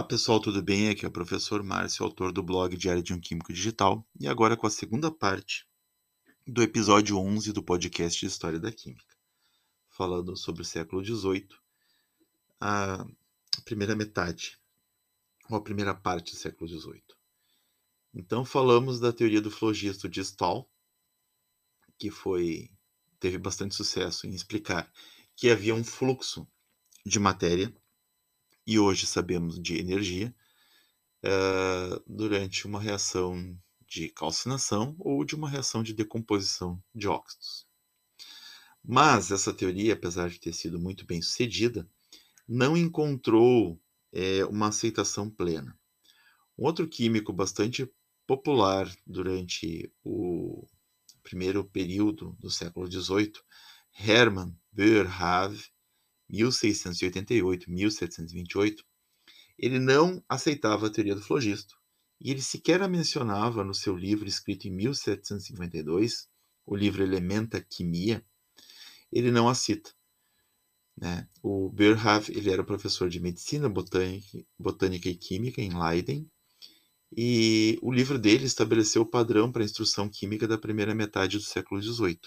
Pessoal, tudo bem? Aqui é o professor Márcio, autor do blog Diário de um Químico Digital, e agora com a segunda parte do episódio 11 do podcast de História da Química, falando sobre o século XVIII, a primeira metade, ou a primeira parte do século XVIII. Então falamos da teoria do flogisto de Stahl, que teve bastante sucesso em explicar que havia um fluxo de matéria, e hoje sabemos de energia, durante uma reação de calcinação ou de uma reação de decomposição de óxidos. Mas essa teoria, apesar de ter sido muito bem sucedida, não encontrou uma aceitação plena. Um outro químico bastante popular durante o primeiro período do século XVIII, Hermann Boerhaave, 1688-1728, ele não aceitava a teoria do flogisto, e ele sequer a mencionava no seu livro escrito em 1752, o livro Elementa Chimia, ele não a cita. Né? O Boerhaave ele era professor de medicina, botânica e química em Leiden, e o livro dele estabeleceu o padrão para a instrução química da primeira metade do século XVIII.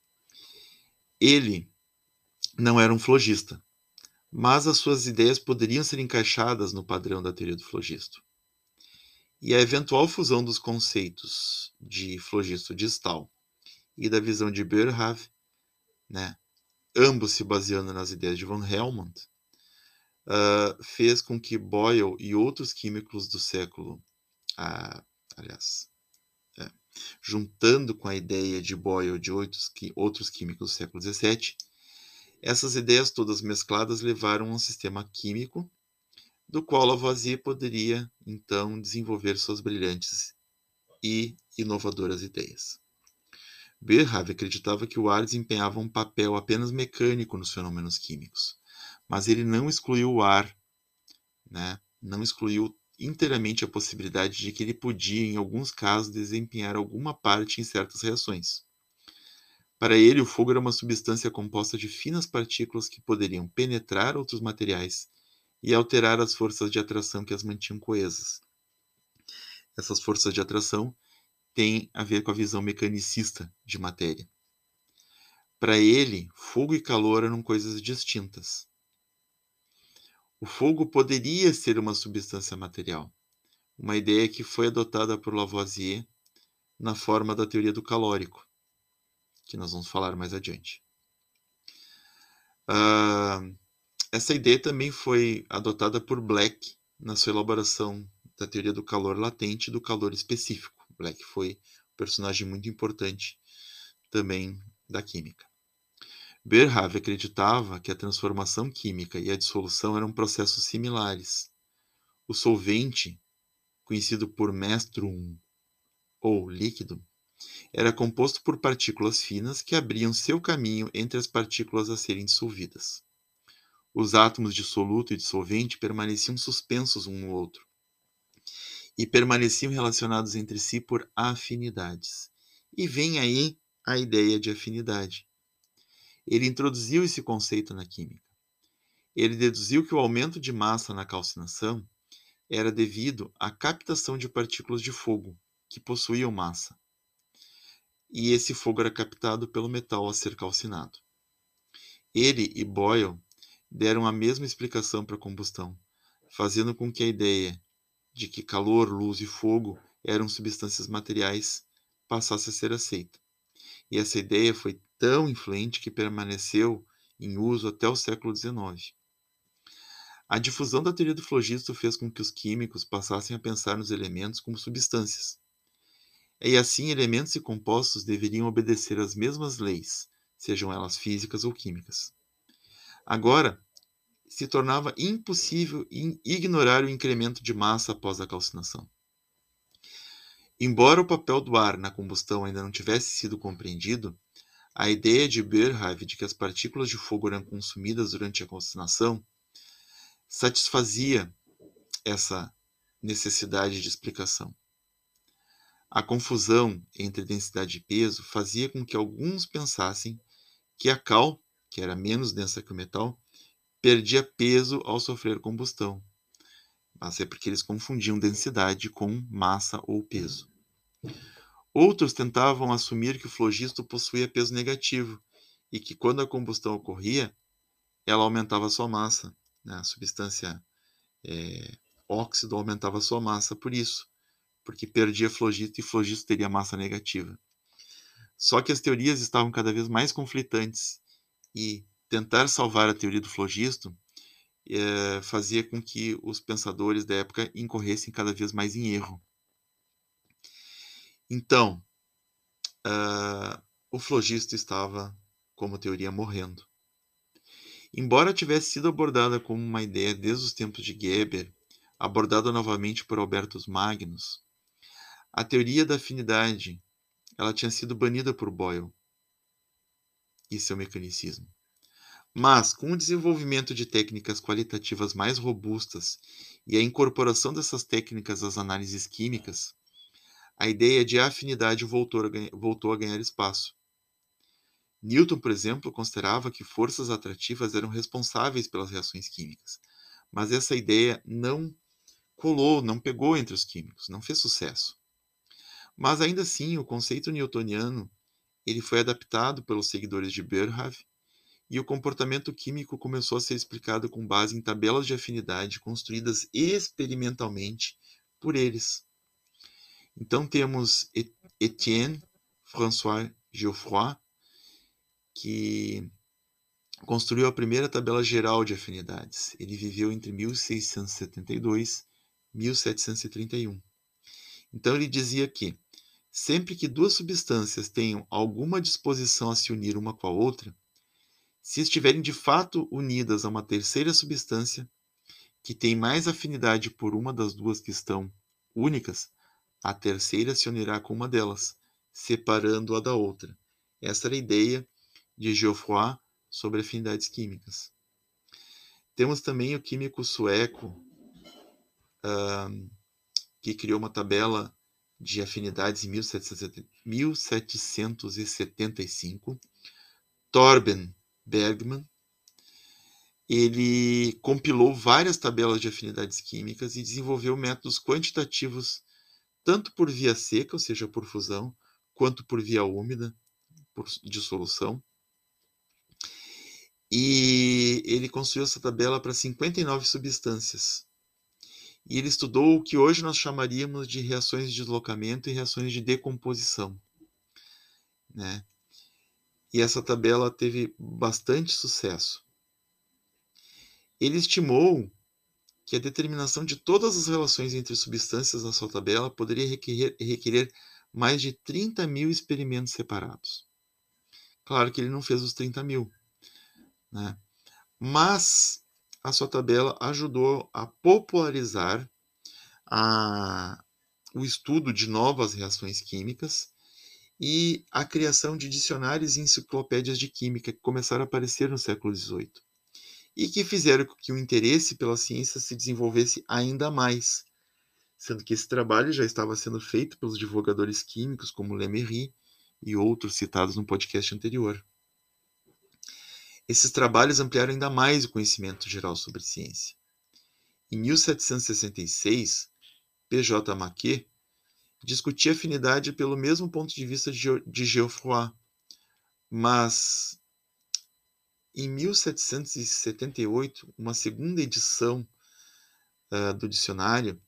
Ele não era um flogista, mas as suas ideias poderiam ser encaixadas no padrão da teoria do flogisto. E a eventual fusão dos conceitos de flogisto de Stahl e da visão de Boerhaave, né, ambos se baseando nas ideias de von Helmont, fez com que Boyle e outros químicos do século, aliás, juntando com a ideia de Boyle de outros químicos do século XVII, essas ideias todas mescladas levaram a um sistema químico do qual Lavoisier poderia, então, desenvolver suas brilhantes e inovadoras ideias. Boerhaave acreditava que o ar desempenhava um papel apenas mecânico nos fenômenos químicos, mas ele não excluiu o ar, né? Não excluiu inteiramente a possibilidade de que ele podia, em alguns casos, desempenhar alguma parte em certas reações. Para ele, o fogo era uma substância composta de finas partículas que poderiam penetrar outros materiais e alterar as forças de atração que as mantinham coesas. Essas forças de atração têm a ver com a visão mecanicista de matéria. Para ele, fogo e calor eram coisas distintas. O fogo poderia ser uma substância material, uma ideia que foi adotada por Lavoisier na forma da teoria do calórico, que nós vamos falar mais adiante. Essa ideia também foi adotada por Black na sua elaboração da teoria do calor latente e do calor específico. Black foi um personagem muito importante também da química. Boerhaave acreditava que a transformação química e a dissolução eram processos similares. O solvente, conhecido por menstruum ou líquido, era composto por partículas finas que abriam seu caminho entre as partículas a serem dissolvidas. Os átomos de soluto e de solvente permaneciam suspensos um no outro e permaneciam relacionados entre si por afinidades. E vem aí a ideia de afinidade. Ele introduziu esse conceito na química. Ele deduziu que o aumento de massa na calcinação era devido à captação de partículas de fogo, que possuíam massa. E esse fogo era captado pelo metal a ser calcinado. Ele e Boyle deram a mesma explicação para a combustão, fazendo com que a ideia de que calor, luz e fogo eram substâncias materiais passasse a ser aceita. E essa ideia foi tão influente que permaneceu em uso até o século XIX. A difusão da teoria do flogisto fez com que os químicos passassem a pensar nos elementos como substâncias. E assim, elementos e compostos deveriam obedecer às mesmas leis, sejam elas físicas ou químicas. Agora, se tornava impossível ignorar o incremento de massa após a calcinação. Embora o papel do ar na combustão ainda não tivesse sido compreendido, a ideia de Boerhaave de que as partículas de fogo eram consumidas durante a calcinação satisfazia essa necessidade de explicação. A confusão entre densidade e peso fazia com que alguns pensassem que a cal, que era menos densa que o metal, perdia peso ao sofrer combustão. mas é porque eles confundiam densidade com massa ou peso. Outros tentavam assumir que o flogisto possuía peso negativo e que, quando a combustão ocorria, ela aumentava sua massa, né? A substância óxido aumentava sua massa por isso, porque perdia flogisto e flogisto teria massa negativa. Só que as teorias estavam cada vez mais conflitantes e tentar salvar a teoria do flogisto fazia com que os pensadores da época incorressem cada vez mais em erro. Então, o flogisto estava, como teoria, morrendo. Embora tivesse sido abordada como uma ideia desde os tempos de Geber, abordada novamente por Albertus Magnus, a teoria da afinidade ela tinha sido banida por Boyle e seu mecanicismo. Mas, com o desenvolvimento de técnicas qualitativas mais robustas e a incorporação dessas técnicas às análises químicas, a ideia de afinidade voltou a ganhar espaço. Newton, por exemplo, considerava que forças atrativas eram responsáveis pelas reações químicas, mas essa ideia não colou, não pegou entre os químicos, não fez sucesso. Mas ainda assim, o conceito newtoniano ele foi adaptado pelos seguidores de Boerhaave e o comportamento químico começou a ser explicado com base em tabelas de afinidade construídas experimentalmente por eles. Então temos Etienne François Geoffroy, que construiu a primeira tabela geral de afinidades. Ele viveu entre 1672 e 1731. Então ele dizia que, sempre que duas substâncias tenham alguma disposição a se unir uma com a outra, se estiverem de fato unidas a uma terceira substância, que tem mais afinidade por uma das duas que estão únicas, a terceira se unirá com uma delas, separando-a da outra. Essa era a ideia de Geoffroy sobre afinidades químicas. Temos também o químico sueco, que criou uma tabela de afinidades em 1775, Torben Bergman. Ele compilou várias tabelas de afinidades químicas e desenvolveu métodos quantitativos tanto por via seca, ou seja, por fusão, quanto por via úmida, por dissolução. E ele construiu essa tabela para 59 substâncias. E ele estudou o que hoje nós chamaríamos de reações de deslocamento e reações de decomposição, né? E essa tabela teve bastante sucesso. Ele estimou que a determinação de todas as relações entre substâncias na sua tabela poderia requerer mais de 30 mil experimentos separados. Claro que ele não fez os 30 mil, né? Mas a sua tabela ajudou a popularizar o estudo de novas reações químicas e a criação de dicionários e enciclopédias de química que começaram a aparecer no século XVIII e que fizeram com que o interesse pela ciência se desenvolvesse ainda mais, sendo que esse trabalho já estava sendo feito pelos divulgadores químicos como Lemery e outros citados no podcast anterior. Esses trabalhos ampliaram ainda mais o conhecimento geral sobre ciência. Em 1766, P.J. Maquet discutia afinidade pelo mesmo ponto de vista de Geoffroy, mas em 1778, uma segunda edição do dicionário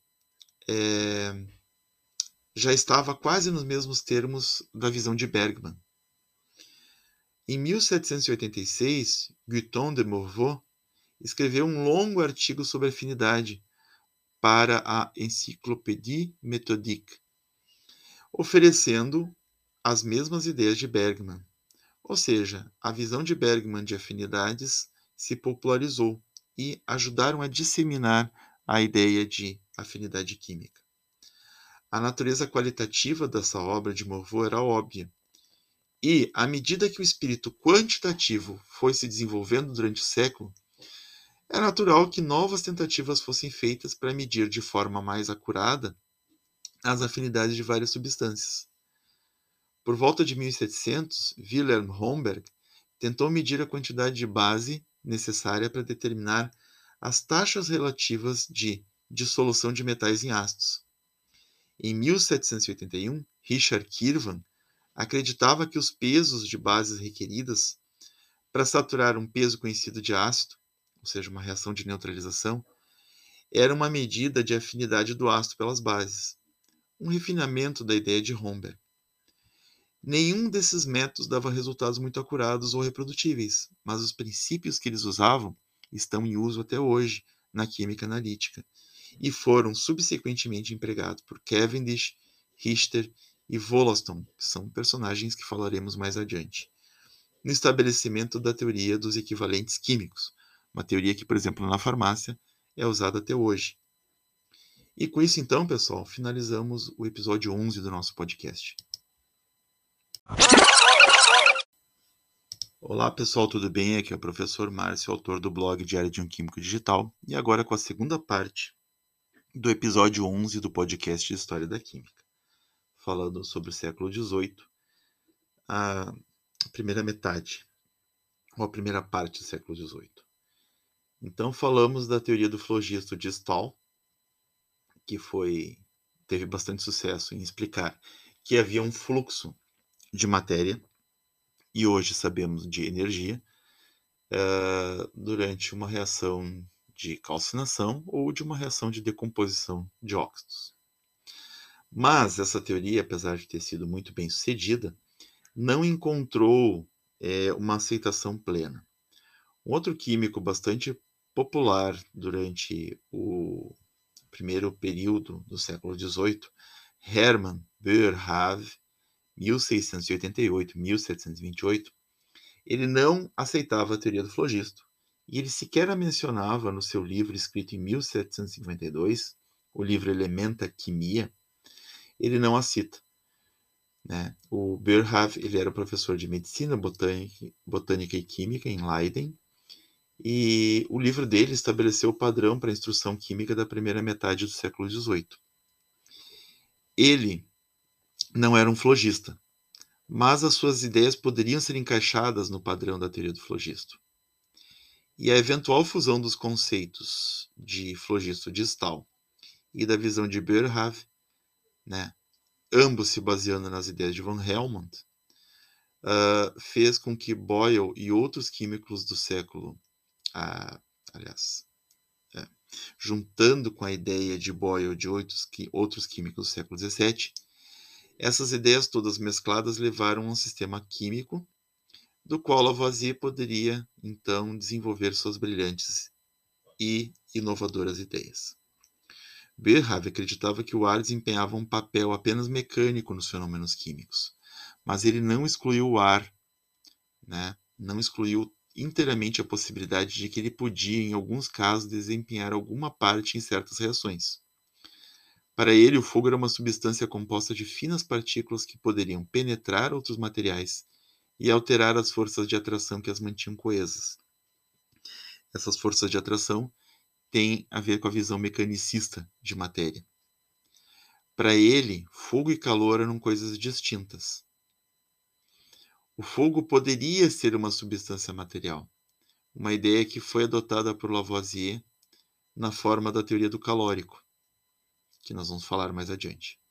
já estava quase nos mesmos termos da visão de Bergman. Em 1786, Guiton de Morveau escreveu um longo artigo sobre afinidade para a Encyclopédie Méthodique, oferecendo as mesmas ideias de Bergman. Ou seja, a visão de Bergman de afinidades se popularizou e ajudaram a disseminar a ideia de afinidade química. A natureza qualitativa dessa obra de Morveau era óbvia, e, à medida que o espírito quantitativo foi se desenvolvendo durante o século, é natural que novas tentativas fossem feitas para medir de forma mais acurada as afinidades de várias substâncias. Por volta de 1700, Wilhelm Homberg tentou medir a quantidade de base necessária para determinar as taxas relativas de dissolução de metais em ácidos. Em 1781, Richard Kirwan acreditava que os pesos de bases requeridas para saturar um peso conhecido de ácido, ou seja, uma reação de neutralização, era uma medida de afinidade do ácido pelas bases, um refinamento da ideia de Homberg. Nenhum desses métodos dava resultados muito acurados ou reprodutíveis, mas os princípios que eles usavam estão em uso até hoje na química analítica e foram subsequentemente empregados por Cavendish, Richter e Wollaston, que são personagens que falaremos mais adiante, no estabelecimento da teoria dos equivalentes químicos, uma teoria que, por exemplo, na farmácia é usada até hoje. E com isso, então, pessoal, finalizamos o episódio 11 do nosso podcast. Olá, pessoal, tudo bem? Aqui é o professor Márcio, autor do blog Diário de um Químico Digital, e agora com a segunda parte do episódio 11 do podcast de História da Química, falando sobre o século XVIII, a primeira metade, ou a primeira parte do século XVIII. Então, falamos da teoria do flogisto de Stahl, que teve bastante sucesso em explicar que havia um fluxo de matéria, e hoje sabemos de energia, durante uma reação de calcinação ou de uma reação de decomposição de óxidos. Mas essa teoria, apesar de ter sido muito bem sucedida, não encontrou uma aceitação plena. Um outro químico bastante popular durante o primeiro período do século XVIII, Hermann Boerhaave, 1688-1728, ele não aceitava a teoria do flogisto, e ele sequer a mencionava no seu livro escrito em 1752, o livro Elementa Chimia, ele não a cita. Né? O Boerhaave ele era professor de medicina, botânica e química em Leiden, e o livro dele estabeleceu o padrão para a instrução química da primeira metade do século XVIII. Ele não era um flogista, mas as suas ideias poderiam ser encaixadas no padrão da teoria do flogisto. E a eventual fusão dos conceitos de flogisto de Stahl e da visão de Boerhaave, né, ambos se baseando nas ideias de von Helmont, fez com que Boyle e outros químicos do século, juntando com a ideia de Boyle de outros químicos do século XVII, essas ideias todas mescladas levaram a um sistema químico do qual Lavoisier poderia, então, desenvolver suas brilhantes e inovadoras ideias. Boerhaave acreditava que o ar desempenhava um papel apenas mecânico nos fenômenos químicos, mas ele não excluiu o ar, né? Não excluiu inteiramente a possibilidade de que ele podia, em alguns casos, desempenhar alguma parte em certas reações. Para ele, o fogo era uma substância composta de finas partículas que poderiam penetrar outros materiais e alterar as forças de atração que as mantinham coesas. Essas forças de atração têm a ver com a visão mecanicista de matéria. Para ele, fogo e calor eram coisas distintas. O fogo poderia ser uma substância material, uma ideia que foi adotada por Lavoisier na forma da teoria do calórico, que nós vamos falar mais adiante.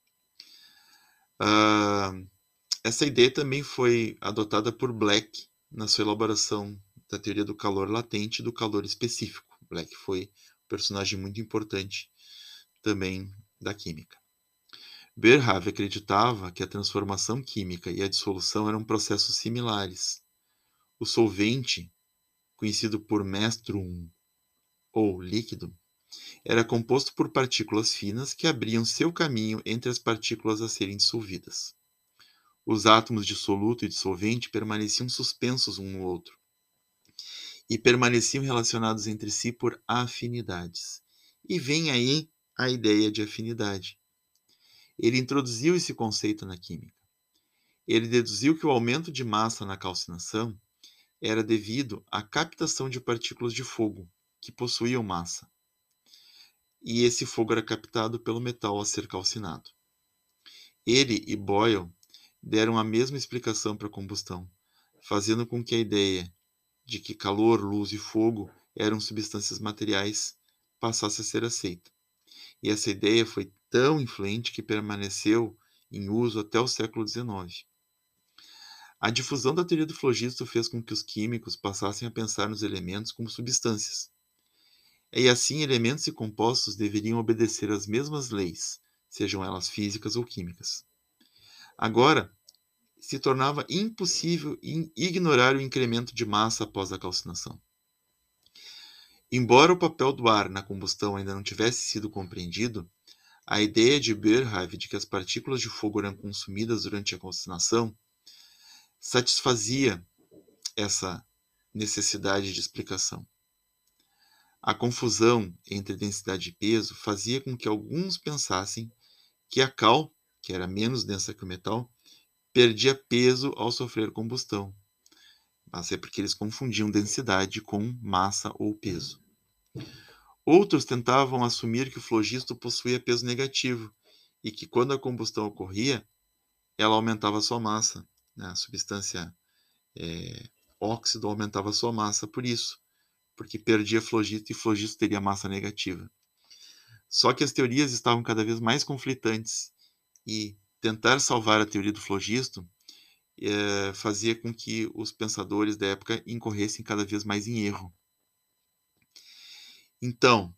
Essa ideia também foi adotada por Black na sua elaboração da teoria do calor latente e do calor específico. Black foi um personagem muito importante também da química. Boerhaave acreditava que a transformação química e a dissolução eram processos similares. O solvente, conhecido por menstruum ou líquido, era composto por partículas finas que abriam seu caminho entre as partículas a serem dissolvidas. Os átomos de soluto e de solvente permaneciam suspensos um no outro e permaneciam relacionados entre si por afinidades. E vem aí a ideia de afinidade. Ele introduziu esse conceito na química. Ele deduziu que o aumento de massa na calcinação era devido à captação de partículas de fogo, que possuíam massa. E esse fogo era captado pelo metal a ser calcinado. Ele e Boyle deram a mesma explicação para a combustão, fazendo com que a ideia de que calor, luz e fogo eram substâncias materiais passasse a ser aceita. E essa ideia foi tão influente que permaneceu em uso até o século XIX. A difusão da teoria do flogisto fez com que os químicos passassem a pensar nos elementos como substâncias. E assim, elementos e compostos deveriam obedecer às mesmas leis, sejam elas físicas ou químicas. Agora, se tornava impossível ignorar o incremento de massa após a calcinação. Embora o papel do ar na combustão ainda não tivesse sido compreendido, a ideia de Boerhaave de que as partículas de fogo eram consumidas durante a calcinação satisfazia essa necessidade de explicação. A confusão entre densidade e peso fazia com que alguns pensassem que a cal, que era menos densa que o metal, perdia peso ao sofrer combustão. Mas é porque eles confundiam densidade com massa ou peso. Outros tentavam assumir que o flogisto possuía peso negativo e que quando a combustão ocorria, ela aumentava sua massa. A substância óxido aumentava sua massa por isso, porque perdia flogisto e flogisto teria massa negativa. Só que as teorias estavam cada vez mais conflitantes e tentar salvar a teoria do flogisto fazia com que os pensadores da época incorressem cada vez mais em erro. Então,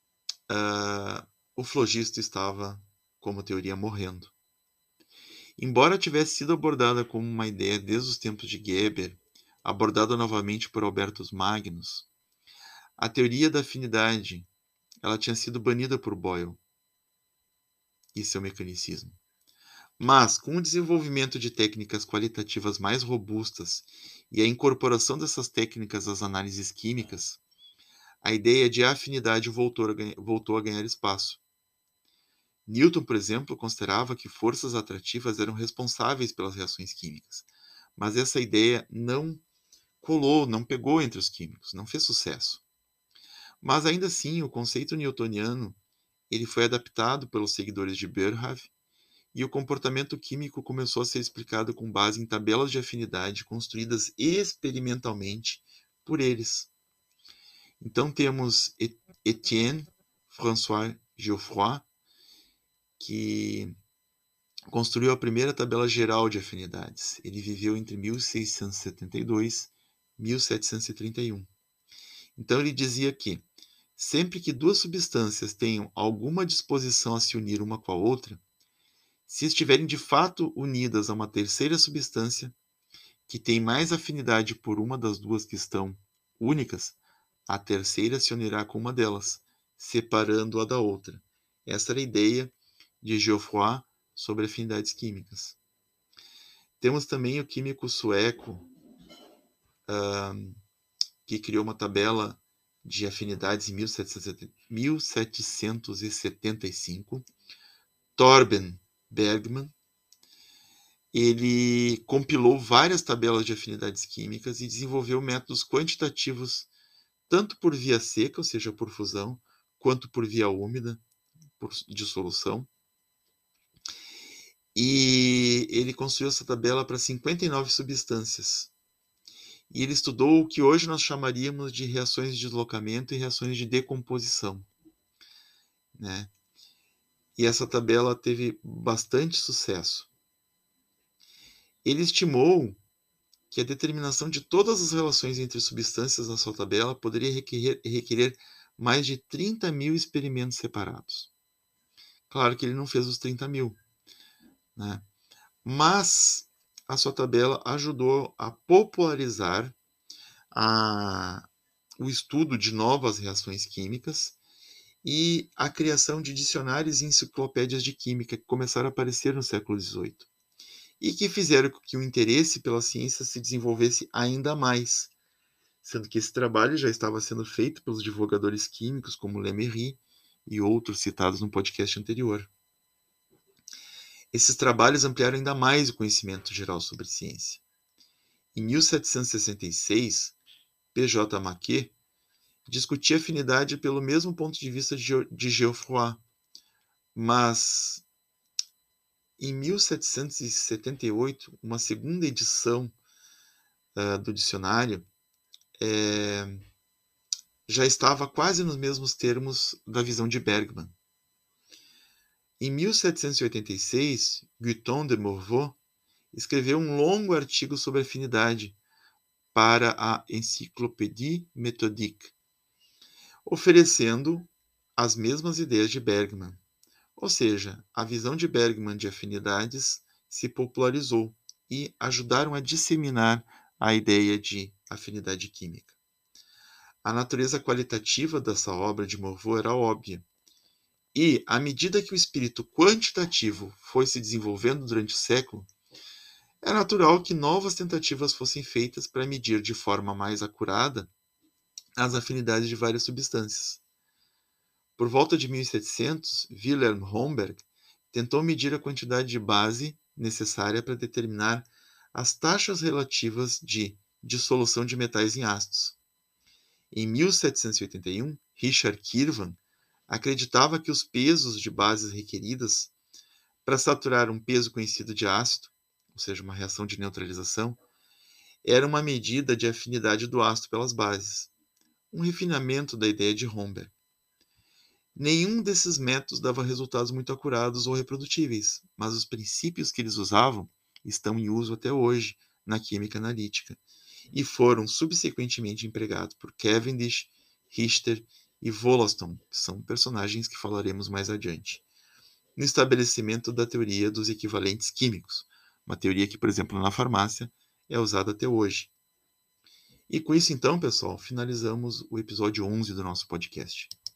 o flogisto estava, como teoria, morrendo. Embora tivesse sido abordada como uma ideia desde os tempos de Geber, abordada novamente por Albertus Magnus, a teoria da afinidade ela tinha sido banida por Boyle e seu mecanicismo. Mas, com o desenvolvimento de técnicas qualitativas mais robustas e a incorporação dessas técnicas às análises químicas, a ideia de afinidade voltou a ganhar espaço. Newton, por exemplo, considerava que forças atrativas eram responsáveis pelas reações químicas, mas essa ideia não colou, não pegou entre os químicos, não fez sucesso. Mas ainda assim, o conceito newtoniano ele foi adaptado pelos seguidores de Boerhaave e o comportamento químico começou a ser explicado com base em tabelas de afinidade construídas experimentalmente por eles. Então temos Etienne François Geoffroy, que construiu a primeira tabela geral de afinidades. Ele viveu entre 1672 e 1731. Então ele dizia que sempre que duas substâncias tenham alguma disposição a se unir uma com a outra, se estiverem de fato unidas a uma terceira substância que tem mais afinidade por uma das duas que estão únicas, a terceira se unirá com uma delas, separando-a da outra. Essa era a ideia de Geoffroy sobre afinidades químicas. Temos também o químico sueco que criou uma tabela de afinidades em 1775, Torben Bergman. Ele compilou várias tabelas de afinidades químicas e desenvolveu métodos quantitativos tanto por via seca, ou seja, por fusão, quanto por via úmida, por dissolução. E ele construiu essa tabela para 59 substâncias. E ele estudou o que hoje nós chamaríamos de reações de deslocamento e reações de decomposição, né? E essa tabela teve bastante sucesso. Ele estimou que a determinação de todas as relações entre substâncias na sua tabela poderia requerer mais de 30 mil experimentos separados. Claro que ele não fez os 30 mil, né? Mas a sua tabela ajudou a popularizar o estudo de novas reações químicas e a criação de dicionários e enciclopédias de química que começaram a aparecer no século XVIII e que fizeram com que o interesse pela ciência se desenvolvesse ainda mais, sendo que esse trabalho já estava sendo feito pelos divulgadores químicos como Lemery e outros citados no podcast anterior. Esses trabalhos ampliaram ainda mais o conhecimento geral sobre ciência. Em 1766, P.J. Maquet discutia afinidade pelo mesmo ponto de vista de Geoffroy, mas em 1778, uma segunda edição do dicionário já estava quase nos mesmos termos da visão de Bergman. Em 1786, Guiton de Morveau escreveu um longo artigo sobre afinidade para a Encyclopédie méthodique, oferecendo as mesmas ideias de Bergman. Ou seja, a visão de Bergman de afinidades se popularizou e ajudaram a disseminar a ideia de afinidade química. A natureza qualitativa dessa obra de Morveau era óbvia, e, à medida que o espírito quantitativo foi se desenvolvendo durante o século, é natural que novas tentativas fossem feitas para medir de forma mais acurada as afinidades de várias substâncias. Por volta de 1700, Wilhelm Homberg tentou medir a quantidade de base necessária para determinar as taxas relativas de dissolução de metais em ácidos. Em 1781, Richard Kirwan acreditava que os pesos de bases requeridas para saturar um peso conhecido de ácido, ou seja, uma reação de neutralização, era uma medida de afinidade do ácido pelas bases, um refinamento da ideia de Homberg. Nenhum desses métodos dava resultados muito acurados ou reprodutíveis, mas os princípios que eles usavam estão em uso até hoje na química analítica e foram subsequentemente empregados por Cavendish, Richter e Wollaston, que são personagens que falaremos mais adiante, no estabelecimento da teoria dos equivalentes químicos, uma teoria que, por exemplo, na farmácia é usada até hoje. E com isso, então, pessoal, finalizamos o episódio 11 do nosso podcast.